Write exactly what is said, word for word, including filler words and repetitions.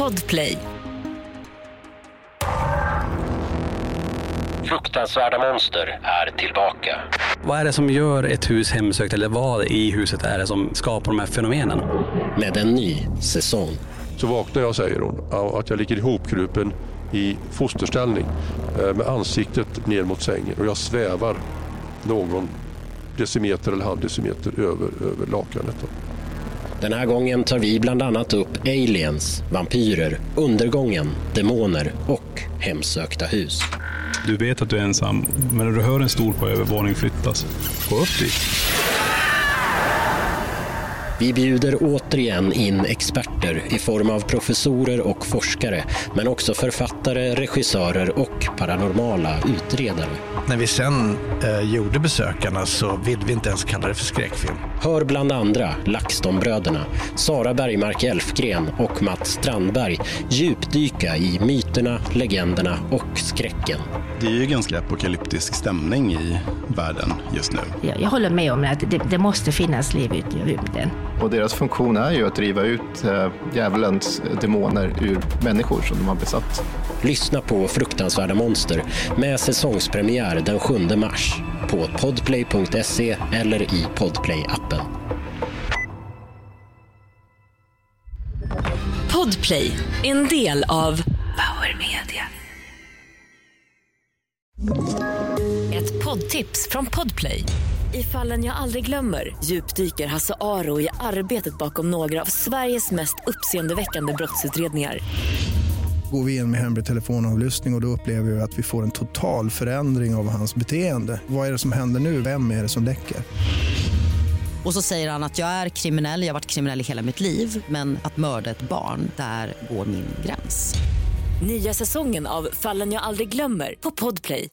Podplay. Fruktansvärda monster är tillbaka. Vad är det som gör ett hus hemsökt, eller vad i huset är det som skapar de här fenomenen? Med en ny säsong. Så vaknar jag, säger hon, av att jag ligger ihopkrupen i fosterställning med ansiktet ner mot sängen, och jag svävar någon decimeter eller halv decimeter över, över lakanet. Den här gången tar vi bland annat upp aliens, vampyrer, undergången, demoner och hemsökta hus. Du vet att du är ensam, men när du hör en stol på övervåning flyttas, gå upp dit. Vi bjuder återigen in experter i form av professorer och forskare, men också författare, regissörer och paranormala utredare. När vi sen eh, gjorde besökarna så vill vi inte ens kalla det för skräckfilm. Hör bland andra LaxTon-bröderna, Sara Bergmark Elfgren och Mats Strandberg djupdyka i myterna, legenderna och skräcken. Det är ju ganska apokalyptisk stämning i världen just nu. Jag, jag håller med om att det, det måste finnas liv ute i rymden. Och deras funktion är ju att driva ut äh, djävulens demoner ur människor som de har besatt. Lyssna på Fruktansvärda monster med säsongspremiär den sjunde mars på podplay punkt se eller i Podplay-appen. Podplay, en del av Power Media. Ett poddtips från Podplay. I Fallen jag aldrig glömmer djupdyker Hasse Aro i arbetet bakom några av Sveriges mest uppseendeväckande brottsutredningar. Går vi in med hemlig telefonavlyssning och, och då upplever vi att vi får en total förändring av hans beteende. Vad är det som händer nu? Vem är det som läcker? Och så säger han att jag är kriminell, jag har varit kriminell i hela mitt liv, men att mörda ett barn, där går min gräns. Nya säsongen av Fallen jag aldrig glömmer på Podplay.